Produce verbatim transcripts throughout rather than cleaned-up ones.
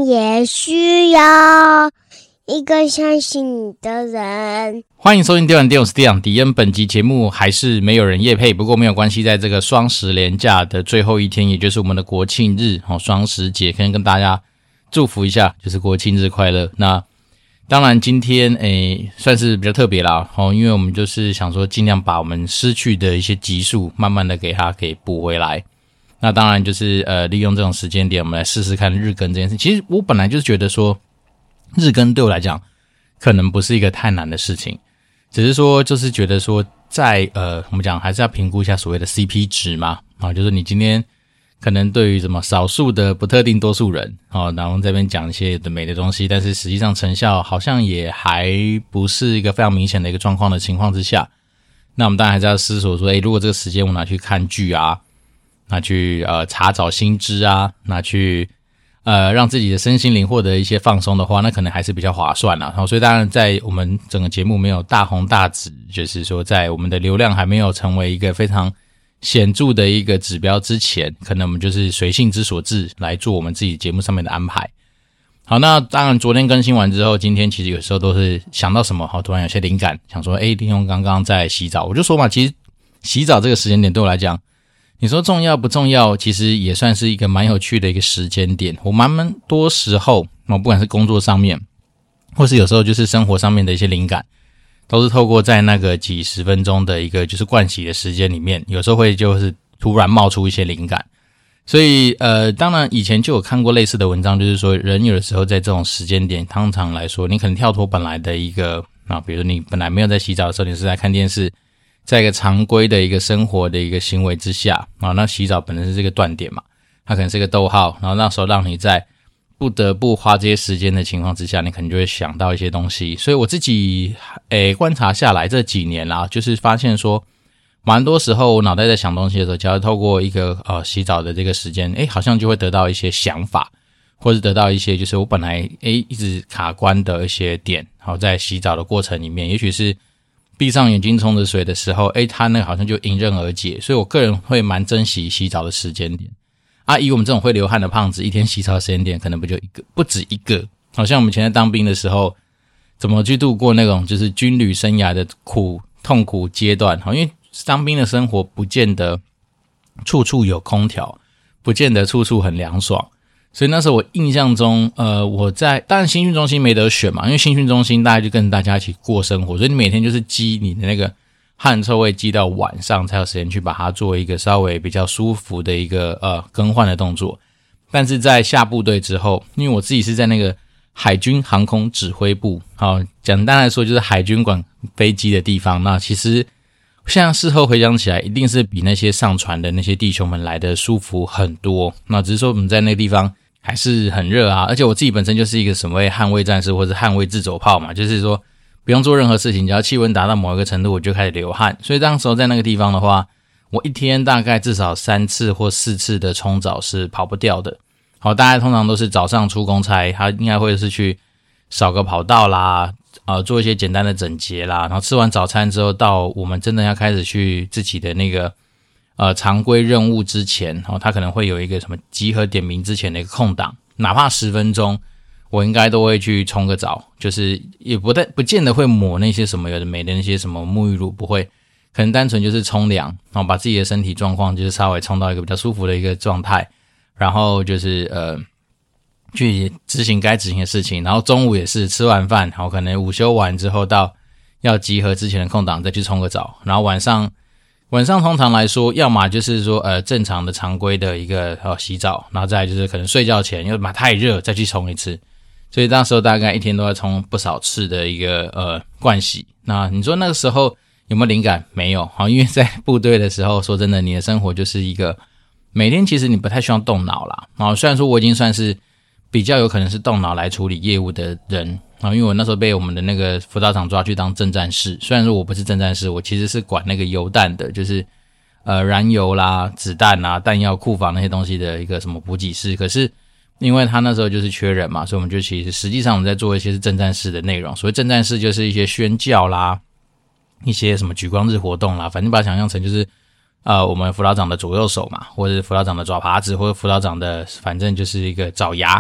也需要一个相信你的人。 欢迎收听电玩店，我是迪昂迪恩。本集节目还是没有人业配，不过没有关系，在这个双十连假的最后一天，也就是我们的国庆日，双十节，可以跟大家祝福一下，就是国庆日快乐。那当然今天诶算是比较特别啦，因为我们就是想说尽量把我们失去的一些集数慢慢的给它给补回来。那当然就是呃利用这种时间点，我们来试试看日更这件事。其实我本来就是觉得说日更对我来讲可能不是一个太难的事情，只是说就是觉得说在呃我们讲还是要评估一下所谓的 C P 值嘛，啊就是你今天可能对于什么少数的不特定多数人，哦，然后这边讲一些的美的东西，但是实际上成效好像也还不是一个非常明显的一个状况的情况之下，那我们当然还是要思索说，诶，如果这个时间我拿去看剧啊，拿去呃查找新知啊，拿去呃让自己的身心灵获得一些放松的话，那可能还是比较划算啦。然后所以当然在我们整个节目没有大红大紫，就是说在我们的流量还没有成为一个非常显著的一个指标之前，可能我们就是随性之所至来做我们自己节目上面的安排。好，那当然昨天更新完之后，今天其实有时候都是想到什么，好突然有些灵感，想说诶利用刚刚在洗澡，我就说嘛，其实洗澡这个时间点对我来讲，你说重要不重要，其实也算是一个蛮有趣的一个时间点。我蛮多时候不管是工作上面或是有时候就是生活上面的一些灵感，都是透过在那个几十分钟的一个就是盥洗的时间里面，有时候会就是突然冒出一些灵感。所以呃，当然以前就有看过类似的文章，就是说人有的时候在这种时间点，通常来说你可能跳脱本来的一个啊，比如说你本来没有在洗澡的时候，你是在看电视，在一个常规的一个生活的一个行为之下啊，那洗澡本身是这个断点嘛，它可能是一个逗号，然后那时候让你在不得不花这些时间的情况之下，你可能就会想到一些东西。所以我自己诶观察下来这几年啦，就是发现说蛮多时候我脑袋在想东西的时候，只要透过一个呃洗澡的这个时间，诶好像就会得到一些想法，或是得到一些就是我本来诶一直卡关的一些点，好在洗澡的过程里面，也许是闭上眼睛冲着水的时候，诶它那个好像就迎刃而解。所以我个人会蛮珍惜洗澡的时间点。啊，以我们这种会流汗的胖子，一天洗澡的时间点可能不就一个，不止一个。好像我们以前在当兵的时候，怎么去度过那种就是军旅生涯的苦痛苦阶段？因为当兵的生活不见得处处有空调，不见得处处很凉爽。所以那时候我印象中，呃，我在当然新训中心没得选嘛，因为新训中心大家就跟大家一起过生活，所以你每天就是积你的那个汗臭味积到晚上才有时间去把它做一个稍微比较舒服的一个呃更换的动作。但是在下部队之后，因为我自己是在那个海军航空指挥部，好简单来说就是海军管飞机的地方，那其实现在事后回想起来，一定是比那些上船的那些弟兄们来的舒服很多。那只是说我们在那个地方还是很热啊，而且我自己本身就是一个什么捍卫战士或者捍卫自走炮嘛，就是说不用做任何事情，只要气温达到某一个程度我就开始流汗。所以当时候在那个地方的话，我一天大概至少三次或四次的冲澡是跑不掉的。好，大家通常都是早上出公差，他应该会是去扫个跑道啦，呃，做一些简单的整洁啦，然后吃完早餐之后，到我们真的要开始去自己的那个呃常规任务之前，然后他可能会有一个什么集合点名之前的一个空档，哪怕十分钟，我应该都会去冲个澡，就是也不太不见得会抹那些什么有的没的那些什么沐浴乳，不会，可能单纯就是冲凉，然后把自己的身体状况就是稍微冲到一个比较舒服的一个状态，然后就是呃去执行该执行的事情，然后中午也是吃完饭，然后可能午休完之后到要集合之前的空档再去冲个澡，然后晚上晚上通常来说，要么就是说呃正常的常规的一个呃洗澡，然后再来就是可能睡觉前因为嘛太热再去冲一次，所以那时候大概一天都要冲不少次的一个呃盥洗。那你说那个时候有没有灵感？没有，好，因为在部队的时候，说真的，你的生活就是一个每天其实你不太需要动脑啦。好，虽然说我已经算是比较有可能是动脑来处理业务的人啊，因为我那时候被我们的那个辅导长抓去当政战士，虽然说我不是政战士，我其实是管那个油弹的，就是呃燃油啦、子弹啦、弹药库房那些东西的一个什么补给室。可是因为他那时候就是缺人嘛，所以我们就其实实际上我们在做一些是政战士的内容。所谓政战士就是一些宣教啦，一些什么举光日活动啦，反正把它想象成就是呃，我们辅导长的左右手嘛，或者是辅导长的爪耙子，或者辅导长的反正就是一个爪牙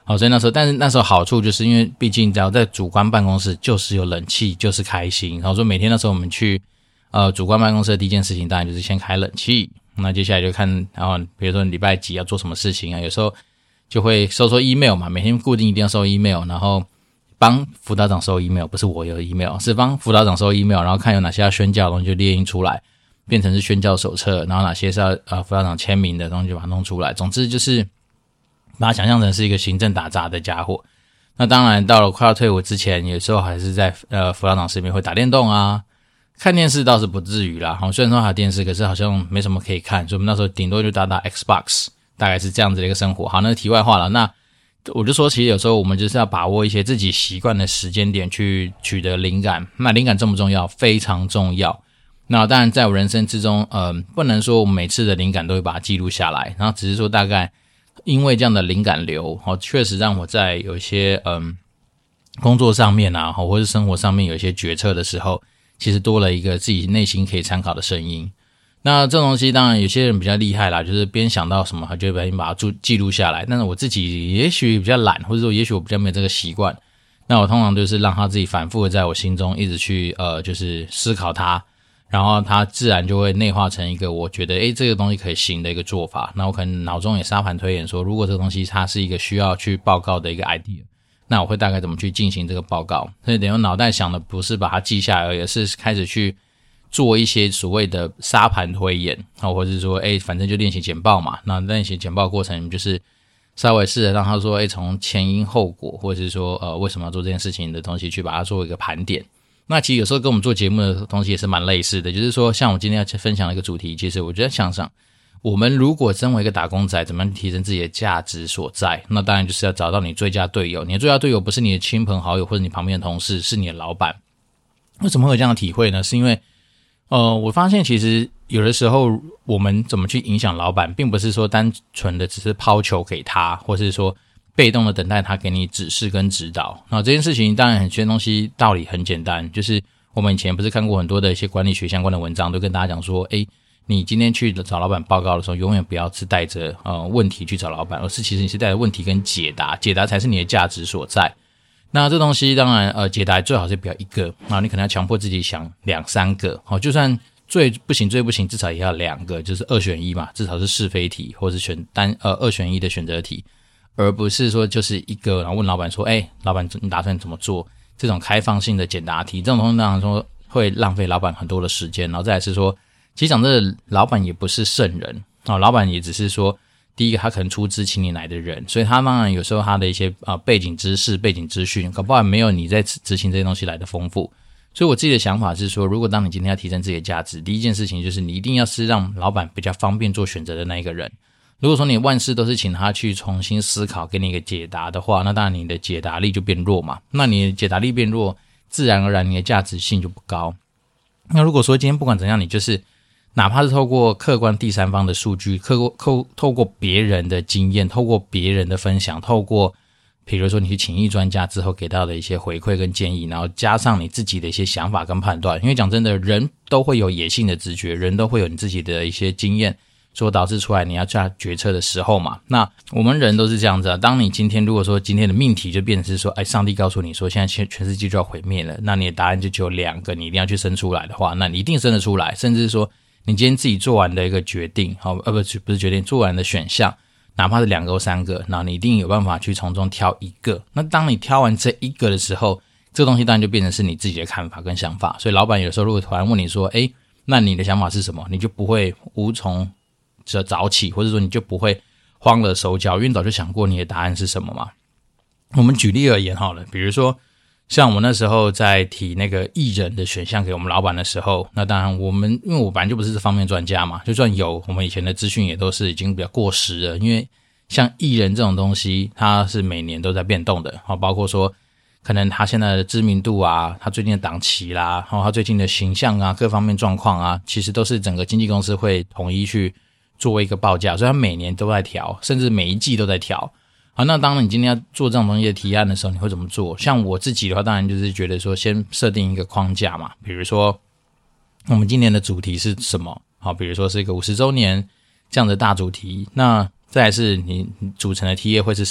好，所以那时候，但是那时候好处就是因为毕竟只要在主官办公室就是有冷气，就是开心。然后说每天那时候我们去呃主官办公室的第一件事情当然就是先开冷气，那接下来就看，然后比如说礼拜几要做什么事情啊，有时候就会收收 email 嘛，每天固定一定要收 email， 然后帮辅导长收 email， 不是我有 email， 是帮辅导长收 email， 然后看有哪些要宣教的东西就列印出来，变成是宣教手册，然后哪些是要呃辅导长签名的东西就把它弄出来。总之就是把它想象成是一个行政打杂的家伙。那当然到了快要退伍之前，有时候还是在呃辅导长身边会打电动啊，看电视倒是不至于啦。虽然说还有电视，可是好像没什么可以看，所以我们那时候顶多就打打 Xbox， 大概是这样子的一个生活。好，那是题外话了。那我就说其实有时候我们就是要把握一些自己习惯的时间点去取得灵感。那灵感重不重要？非常重要。那当然在我人生之中呃，不能说我每次的灵感都会把它记录下来，然后只是说大概因为这样的灵感流确实让我在有一些嗯工作上面啊或是生活上面有一些决策的时候，其实多了一个自己内心可以参考的声音。那这种东西当然有些人比较厉害啦，就是边想到什么他就会把它记录下来，但是我自己也许比较懒，或者说也许我比较没有这个习惯，那我通常就是让他自己反复的在我心中一直去呃就是思考它，然后它自然就会内化成一个我觉得诶这个东西可以行的一个做法。那我可能脑中也沙盘推演说，如果这个东西它是一个需要去报告的一个 idea， 那我会大概怎么去进行这个报告。所以等于我脑袋想的不是把它记下来而已，而是开始去做一些所谓的沙盘推演，或者是说诶反正就练习简报嘛，那练习简报过程就是稍微试着让他说诶从前因后果，或者是说呃为什么要做这件事情的东西去把它做一个盘点。那其实有时候跟我们做节目的东西也是蛮类似的，就是说像我今天要分享的一个主题，其实我觉得想想我们如果身为一个打工仔怎么样提升自己的价值所在，那当然就是要找到你最佳队友。你的最佳队友不是你的亲朋好友或者你旁边的同事，是你的老板。为什么会有这样的体会呢？是因为呃，我发现其实有的时候我们怎么去影响老板，并不是说单纯的只是抛球给他，或是说被动的等待他给你指示跟指导。那这件事情当然很些东西道理很简单，就是我们以前不是看过很多的一些管理学相关的文章，都跟大家讲说诶你今天去找老板报告的时候，永远不要是带着呃问题去找老板，而是其实你是带着问题跟解答，解答才是你的价值所在。那这东西当然呃解答最好是不要一个，那你可能要强迫自己想两三个，好，就算最不行最不行至少也要两个，就是二选一嘛，至少是是非题或是选单呃二选一的选择题，而不是说就是一个然后问老板说诶老板你打算怎么做，这种开放性的简答题，这种东西当然说会浪费老板很多的时间。然后再来是说其实讲这个老板也不是圣人，哦，老板也只是说第一个他可能出资请你来的人，所以他当然有时候他的一些呃背景知识背景资讯搞不好没有你在执行这些东西来的丰富。所以我自己的想法是说，如果当你今天要提升自己的价值，第一件事情就是你一定要是让老板比较方便做选择的那一个人。如果说你万事都是请他去重新思考给你一个解答的话，那当然你的解答力就变弱嘛，那你的解答力变弱，自然而然你的价值性就不高。那如果说今天不管怎样，你就是哪怕是透过客观第三方的数据，透过透过别人的经验，透过别人的分享，透过比如说你去请益专家之后给到的一些回馈跟建议，然后加上你自己的一些想法跟判断。因为讲真的，人都会有野性的直觉，人都会有你自己的一些经验所导致出来你要下决策的时候嘛。那我们人都是这样子啊，当你今天如果说今天的命题就变成是说哎，上帝告诉你说现在全全世界就要毁灭了，那你的答案就只有两个，你一定要去生出来的话，那你一定生得出来。甚至说你今天自己做完的一个决定，好，呃，不，不是决定，做完的选项，哪怕是两个或三个，那你一定有办法去从中挑一个。那当你挑完这一个的时候，这个东西当然就变成是你自己的看法跟想法。所以老板有时候如果突然问你说，诶，那你的想法是什么？你就不会无从早起，或者说你就不会慌了手脚，因为你早就想过你的答案是什么嘛。我们举例而言好了，比如说像我们那时候在提那个艺人的选项给我们老板的时候，那当然我们因为我本来就不是这方面专家嘛，就算有，我们以前的资讯也都是已经比较过时了。因为像艺人这种东西，它是每年都在变动的，包括说可能他现在的知名度啊，他最近的档期啦，然后他最近的形象啊，各方面状况啊，其实都是整个经纪公司会统一去做一个报价，所以他每年都在调，甚至每一季都在调。好，那当然你今天要做这种东西的提案的时候，你会怎么做？像我自己的话，当然就是觉得说先设定一个框架嘛，比如说我们今年的主题是什么，好，比如说是一个五十周年这样的大主题，那再来是你组成的 T A 会是谁，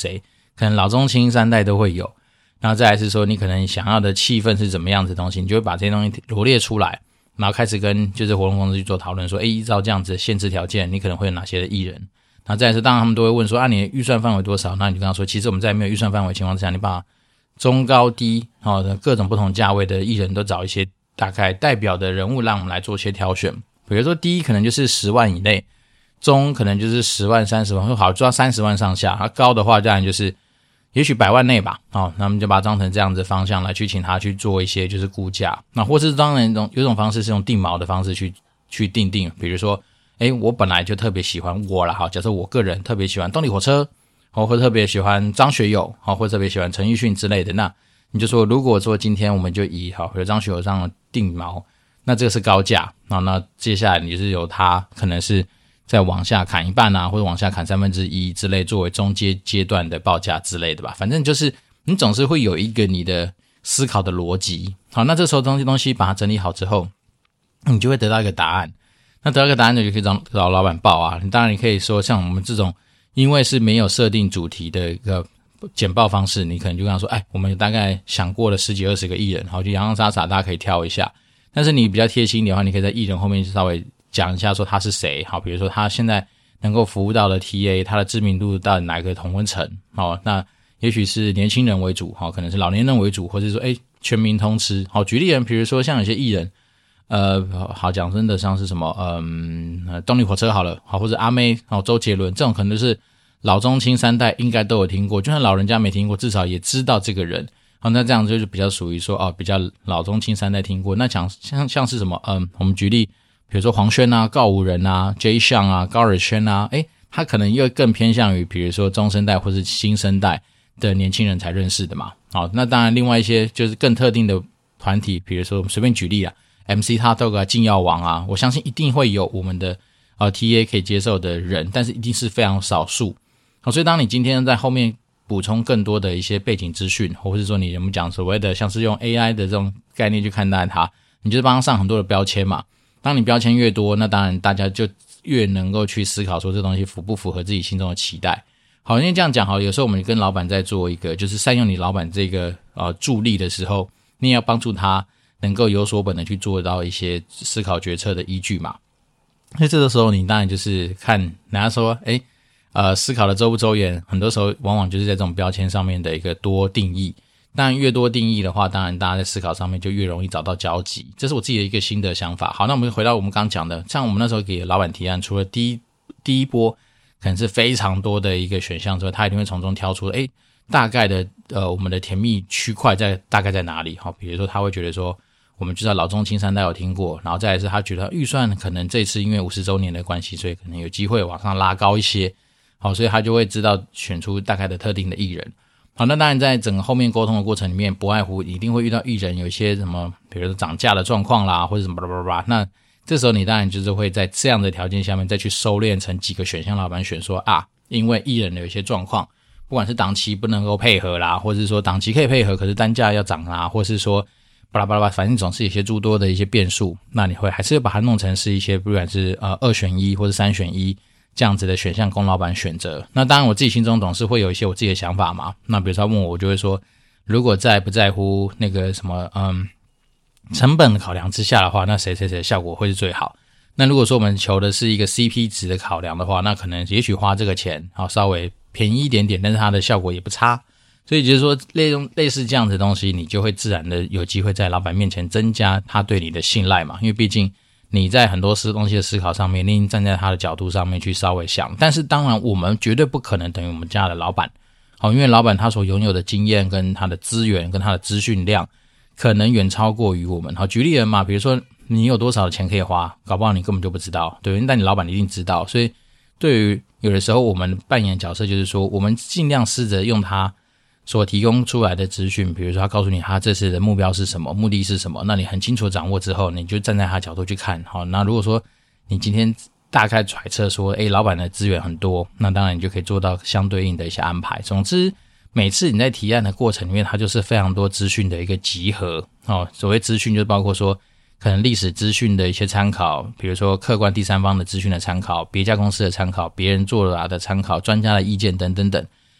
可能老中青三代都会有。然后再来是说你可能想要的气氛是怎么样子的东西，你就会把这些东西罗列出来，然后开始跟就是活动公司去做讨论，说诶依照这样子的限制条件，你可能会有哪些的艺人。然后再来是当然他们都会问说啊你的预算范围多少，那你就跟他说其实我们在没有预算范围的情况之下，你把中高低哦的各种不同价位的艺人都找一些大概代表的人物让我们来做一些挑选。比如说低可能就是十万以内，中可能就是十万三十万，或好抓三十万上下，高的话当然就是也许百万内吧，哦，那我们就把它当成这样子的方向来去请他去做一些就是估价。那或是当然有种方式是用定锚的方式去去定定，比如说诶我本来就特别喜欢我啦，好，假设我个人特别喜欢动力火车，哦，或特别喜欢张学友，哦，或特别喜欢陈奕迅之类的，那你就说如果说今天我们就以好有张学友这样的定锚，那这个是高价，哦，那接下来你就是由他可能是再往下砍一半啊，或者往下砍三分之一之类，作为中阶阶段的报价之类的吧。反正就是你总是会有一个你的思考的逻辑。好，那这时候东西东西把它整理好之后，你就会得到一个答案。那得到一个答案你就可以找找老板报啊。你当然你可以说像我们这种因为是没有设定主题的一个简报方式，你可能就跟他说，哎，我们大概想过了十几二十个艺人，好，就洋洋洒洒大家可以挑一下。但是你比较贴心的话，你可以在艺人后面稍微讲一下说他是谁，好，比如说他现在能够服务到的 T A， 他的知名度到哪个同温层，好，那也许是年轻人为主，好，可能是老年人为主，或者说诶全民通吃，好，举例人，比如说像有些艺人，呃，好讲真的像是什么，嗯，动力火车好了，好，或者阿妹，好，周杰伦，这种可能就是老中青三代应该都有听过，就算老人家没听过，至少也知道这个人。好，那这样就是比较属于说哦，比较老中青三代听过。那讲像像是什么，嗯，我们举例，比如说黄轩啊、告五人啊、Jay Sean 啊、高尔宣啊，诶，他可能又更偏向于比如说中生代或是新生代的年轻人才认识的嘛。好，那当然另外一些就是更特定的团体，比如说我们随便举例啊 ，M C Hotdog 啊、禁药王啊，我相信一定会有我们的呃 T A 可以接受的人，但是一定是非常少数。好，所以当你今天在后面补充更多的一些背景资讯，或是说你有没有讲所谓的像是用 A I 的这种概念去看待它，你就是帮它上很多的标签嘛。当你标签越多，那当然大家就越能够去思考说这东西符不符合自己心中的期待。好，因为这样讲好，有时候我们跟老板在做一个就是善用你老板这个呃助力的时候，你也要帮助他能够有所本的去做到一些思考决策的依据嘛。所以这个时候你当然就是看人家说诶呃，思考的周不周延，很多时候往往就是在这种标签上面的一个多定义。当然越多定义的话，当然大家在思考上面就越容易找到交集，这是我自己的一个新的想法。好，那我们回到我们刚刚讲的，像我们那时候给老板提案，除了第一第一波可能是非常多的一个选项之外，他一定会从中挑出诶大概的呃我们的甜蜜区块在大概在哪里。好，比如说他会觉得说我们知道老中青三代有听过，然后再来是他觉得预算可能这次因为五十周年的关系，所以可能有机会往上拉高一些。好，所以他就会知道选出大概的特定的艺人。好，那当然在整个后面沟通的过程里面，不外乎一定会遇到艺人有一些什么，比如说涨价的状况啦，或者什么巴拉巴拉。那这时候你当然就是会在这样的条件下面再去收敛成几个选项，老板选说啊，因为艺人有一些状况，不管是档期不能够配合啦，或者是说档期可以配合，可是单价要涨啦，或是说巴拉巴拉，反正总是有些诸多的一些变数。那你会还是把它弄成是一些不管是呃二选一或者三选一。这样子的选项供老板选择。那当然我自己心中总是会有一些我自己的想法嘛。那比如说他问我，我就会说，如果在不在乎那个什么嗯成本考量之下的话，那谁谁谁的效果会是最好。那如果说我们求的是一个 C P 值的考量的话，那可能也许花这个钱好稍微便宜一点点，但是它的效果也不差。所以就是说类类似这样子的东西，你就会自然的有机会在老板面前增加他对你的信赖嘛。因为毕竟你在很多东西的思考上面，你已经站在他的角度上面去稍微想，但是当然我们绝对不可能等于我们家的老板，好，因为老板他所拥有的经验跟他的资源跟他的资讯量，可能远超过于我们。好，举例人嘛，比如说你有多少的钱可以花，搞不好你根本就不知道，对，但你老板一定知道。所以对于有的时候我们扮演的角色就是说，我们尽量试着用他所提供出来的资讯，比如说他告诉你他这次的目标是什么，目的是什么，那你很清楚掌握之后，你就站在他角度去看。好，那如果说你今天大概揣测说诶老板的资源很多，那当然你就可以做到相对应的一些安排。总之每次你在提案的过程里面，它就是非常多资讯的一个集合。哦，所谓资讯就包括说可能历史资讯的一些参考，比如说客观第三方的资讯的参考，别家公司的参考，别人做了的参考，专家的意见等等等。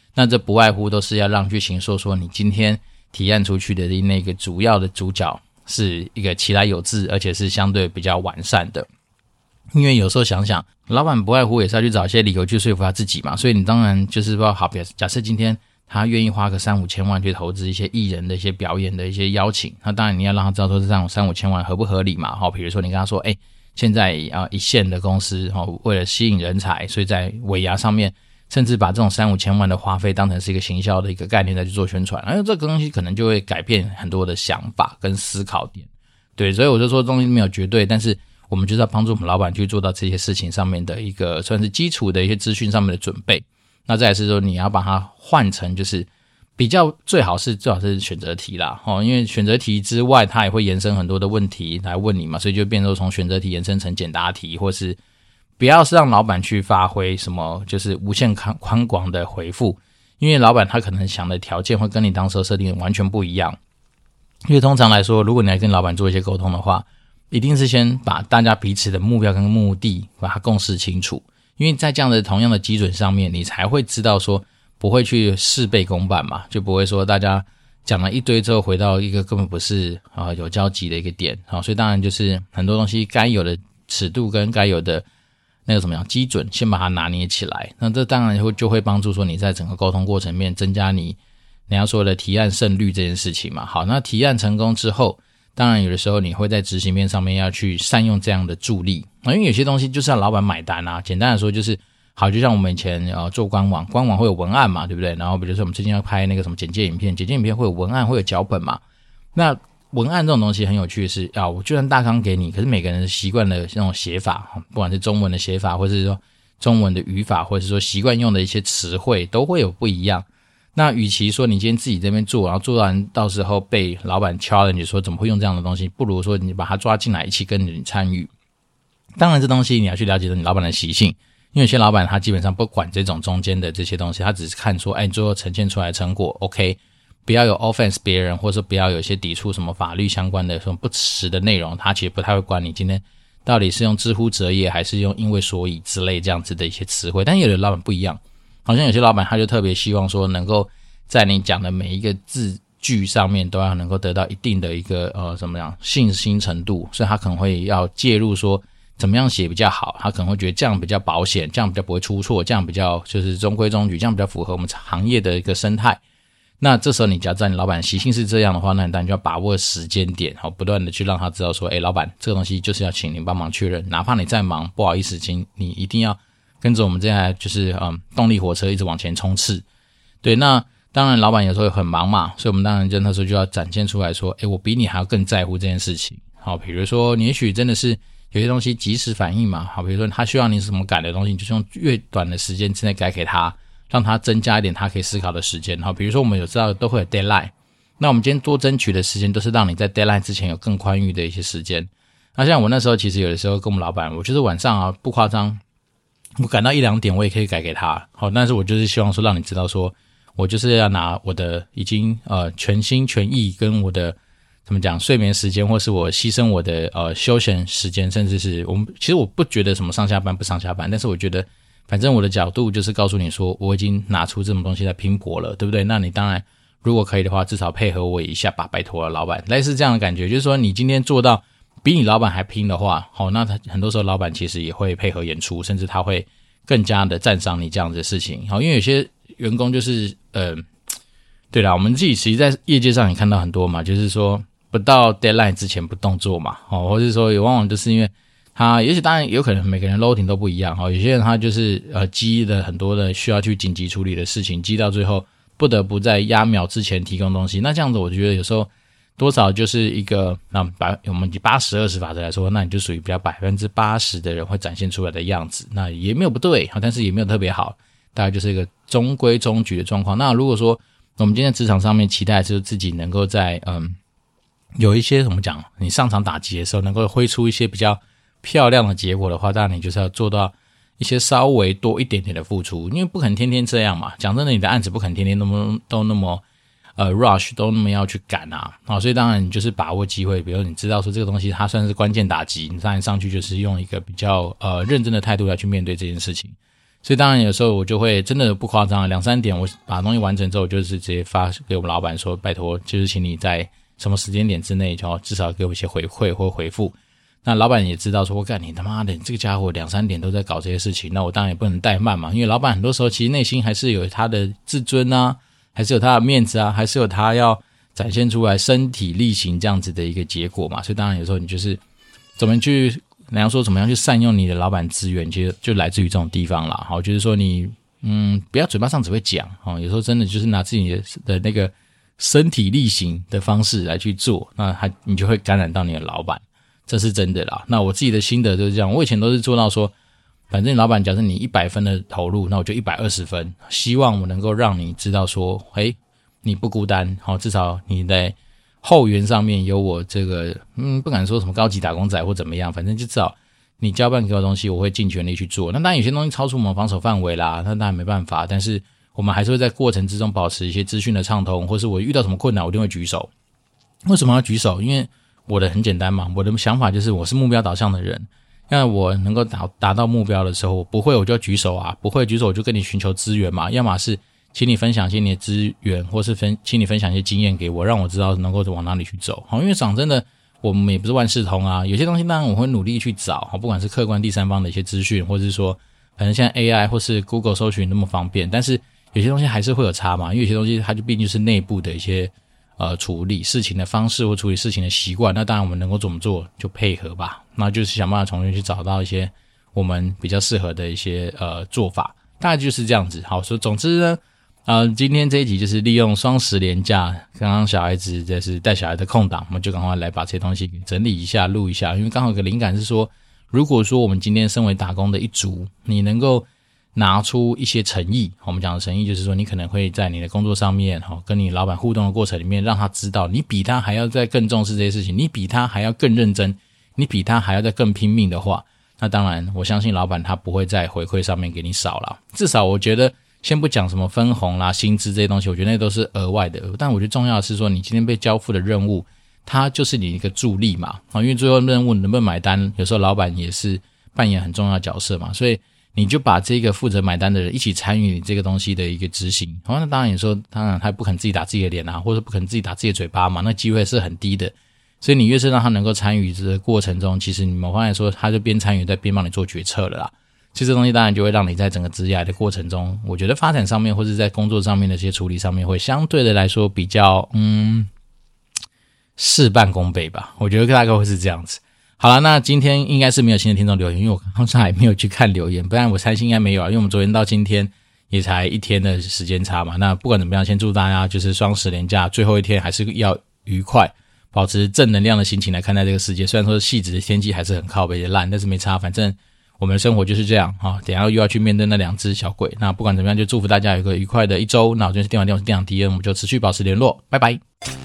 那这不外乎都是要让去形塑说你今天提案出去的那个主要的主角是一个其来有自，而且是相对比较完善的。因为有时候想想，老板不外乎也是要去找一些理由去说服他自己嘛，所以你当然就是说好，假设今天他愿意花个三五千万去投资一些艺人的一些表演的一些邀请，那当然你要让他知道说这样三五千万合不合理嘛。好，比如说你跟他说，哎，现在啊一线的公司哦，为了吸引人才，所以在尾牙上面，甚至把这种三五千万的花费当成是一个行销的一个概念再去做宣传，而这个东西可能就会改变很多的想法跟思考点。对，所以我就说东西没有绝对，但是我们就是要帮助我们老板去做到这些事情上面的一个算是基础的一些资讯上面的准备。那再来是说你要把它换成就是比较最好是最好是选择题啦，哦，因为选择题之外它也会延伸很多的问题来问你嘛，所以就变成从选择题延伸成简答题，或是不要是让老板去发挥什么就是无限宽广的回复，因为老板他可能想的条件会跟你当时候设定的完全不一样。因为通常来说，如果你来跟老板做一些沟通的话，一定是先把大家彼此的目标跟目的把它共识清楚，因为在这样的同样的基准上面，你才会知道说不会去事倍功半嘛，就不会说大家讲了一堆之后回到一个根本不是啊有交集的一个点。好，所以当然就是很多东西该有的尺度跟该有的那个怎么样基准先把它拿捏起来，那这当然会就会帮助说你在整个沟通过程面增加你你要说的提案胜率这件事情嘛。好，那提案成功之后，当然有的时候你会在执行面上面要去善用这样的助力，因为有些东西就是要老板买单啊。简单来说就是好，就像我们以前呃做官网，官网会有文案嘛，对不对？然后比如说我们最近要拍那个什么简介影片，简介影片会有文案，会有脚本嘛。那文案这种东西很有趣的是啊，我就算大纲给你，可是每个人习惯的那种写法，不管是中文的写法，或是说中文的语法，或者是说习惯用的一些词汇都会有不一样。那与其说你今天自己这边做，然后做完到时候被老板 challenge 说怎么会用这样的东西，不如说你把它抓进来一起跟你参与。当然这东西你要去了解你老板的习性，因为有些老板他基本上不管这种中间的这些东西，他只是看说哎，你最后呈现出来的成果 OK， 不要有 offense 别人，或者说不要有一些抵触什么法律相关的什么不实的内容，他其实不太会管你今天到底是用知乎者也还是用因为所以之类这样子的一些词汇。但有的老板不一样，好像有些老板他就特别希望说能够在你讲的每一个字句上面都要能够得到一定的一个呃怎么样信心程度，所以他可能会要介入说怎么样写比较好，他可能会觉得这样比较保险，这样比较不会出错，这样比较就是中规中矩，这样比较符合我们行业的一个生态。那这时候你假如知道你老板的习性是这样的话，那你当然就要把握时间点，好，不断的去让他知道说，诶，老板这个东西就是要请您帮忙确认，哪怕你再忙，不好意思，请你一定要跟着我们这台就是嗯动力火车一直往前冲刺。对，那当然老板有时候很忙嘛，所以我们当然就那时候就要展现出来说，诶，我比你还要更在乎这件事情。好，比如说你也许真的是有些东西及时反应嘛，好，比如说他需要你什么改的东西，你就用越短的时间之内改给他，让他增加一点他可以思考的时间。好，比如说我们有知道都会有 deadline， 那我们今天多争取的时间都是让你在 deadline 之前有更宽裕的一些时间。那像我那时候其实有的时候跟我们老板，我就是晚上啊不夸张，我赶到一两点我也可以改给他。好，但是我就是希望说让你知道说我就是要拿我的已经呃全心全意跟我的怎么讲睡眠时间，或是我牺牲我的呃休闲时间，甚至是我们其实我不觉得什么上下班不上下班，但是我觉得反正我的角度就是告诉你说我已经拿出这种东西来拼搏了，对不对？那你当然如果可以的话至少配合我一下吧，拜托了老板，类似这样的感觉，就是说你今天做到比你老板还拼的话，好，那很多时候老板其实也会配合演出，甚至他会更加的赞赏你这样子的事情。好，因为有些员工就是呃对啦，我们自己其实在业界上也看到很多嘛，就是说不到 deadline 之前不动作嘛，哦，或者说也往往就是因为他也许当然有可能每个人 loading 都不一样，有些人他就是呃积了很多的需要去紧急处理的事情，积到最后不得不在压秒之前提供东西。那这样子我觉得有时候多少就是一个那百我们以八十二十法则来说，那你就属于比较 百分之八十 的人会展现出来的样子，那也没有不对，但是也没有特别好，大概就是一个中规中矩的状况。那如果说我们今天在职场上面期待是自己能够在嗯有一些怎么讲，你上场打击的时候能够挥出一些比较漂亮的结果的话，当然你就是要做到一些稍微多一点点的付出，因为不可能天天这样嘛。讲真的，你的案子不可能天天那么都那么呃 rush 都那么要去赶啊，好，所以当然你就是把握机会，比如你知道说这个东西它算是关键打击，你当然上去就是用一个比较呃认真的态度来去面对这件事情。 所以当然有时候我就会真的不夸张，两三点我把东西完成之后，就是直接发给我们老板说，拜托，就是请你在什么时间点之内，就至少给我一些回馈或回复。那老板也知道说，我干你他妈的，你这个家伙两三点都在搞这些事情，那我当然也不能怠慢嘛，因为老板很多时候其实内心还是有他的自尊啊，还是有他的面子啊，还是有他要展现出来身体力行这样子的一个结果嘛。所以当然有时候你就是怎么去，人家说怎么样去善用你的老板资源，其实就来自于这种地方啦。好，就是说你嗯，不要嘴巴上只会讲哦，有时候真的就是拿自己的的那个身体力行的方式来去做，那他你就会感染到你的老板。这是真的啦。那我自己的心得就是这样，我以前都是做到说，反正老板假设你一百分的投入，那我就一百二十分，希望我能够让你知道说，诶，你不孤单，好，至少你在后援上面有我这个，嗯，不敢说什么高级打工仔或怎么样，反正就至少你交办给我的东西，我会尽全力去做。那当然有些东西超出我们防守范围啦，那当然没办法，但是我们还是会在过程之中保持一些资讯的畅通，或是我遇到什么困难，我一定会举手。为什么要举手？因为我的很简单嘛，我的想法就是我是目标导向的人，那我能够达达到目标的时候，我不会我就举手啊，不会举手我就跟你寻求资源嘛，要么是请你分享一些你的资源，或是分请你分享一些经验给我，让我知道能够往哪里去走。好，因为讲真的，我们也不是万事通啊，有些东西当然我会努力去找，不管是客观第三方的一些资讯，或者是说反正现在 A I 或是 Google 搜寻那么方便，但是有些东西还是会有差嘛，因为有些东西它就毕竟是内部的一些呃，处理事情的方式或处理事情的习惯，那当然我们能够怎么做就配合吧，那就是想办法从中去找到一些我们比较适合的一些呃做法，大概就是这样子。好，所以总之呢，呃，今天这一集就是利用双十连假，刚刚小孩子就是带小孩的空档，我们就赶快来把这些东西给整理一下，录一下，因为刚好有个灵感是说，如果说我们今天身为打工的一族，你能够拿出一些诚意，我们讲的诚意就是说你可能会在你的工作上面跟你老板互动的过程里面，让他知道你比他还要再更重视这些事情，你比他还要更认真，你比他还要再更拼命的话，那当然我相信老板他不会在回馈上面给你少了。至少我觉得先不讲什么分红啦薪资这些东西，我觉得那都是额外的，但我觉得重要的是说你今天被交付的任务它就是你一个助力嘛，因为最后任务能不能买单有时候老板也是扮演很重要的角色嘛，所以你就把这个负责买单的人一起参与你这个东西的一个执行。好，那当然你说当然他不可能自己打自己的脸啊，或者不可能自己打自己的嘴巴嘛，那机会是很低的，所以你越是让他能够参与这个过程中，其实你某方面说他就边参与在边帮你做决策了啦。其实这东西当然就会让你在整个职业的过程中，我觉得发展上面或是在工作上面的这些处理上面会相对的来说比较嗯事半功倍吧，我觉得大概会是这样子。好了，那今天应该是没有新的听众留言，因为我刚刚还没有去看留言，不然我猜心应该没有啊，因为我们昨天到今天也才一天的时间差嘛。那不管怎么样，先祝大家就是双十连假最后一天还是要愉快，保持正能量的心情来看待这个世界。虽然说汐止的天气还是很靠北的烂，但是没差，反正我们的生活就是这样啊。等一下又要去面对那两只小鬼，那不管怎么样，就祝福大家有一个愉快的一周。那我就是电玩店，我是电玩 D N， 我们就持续保持联络，拜拜。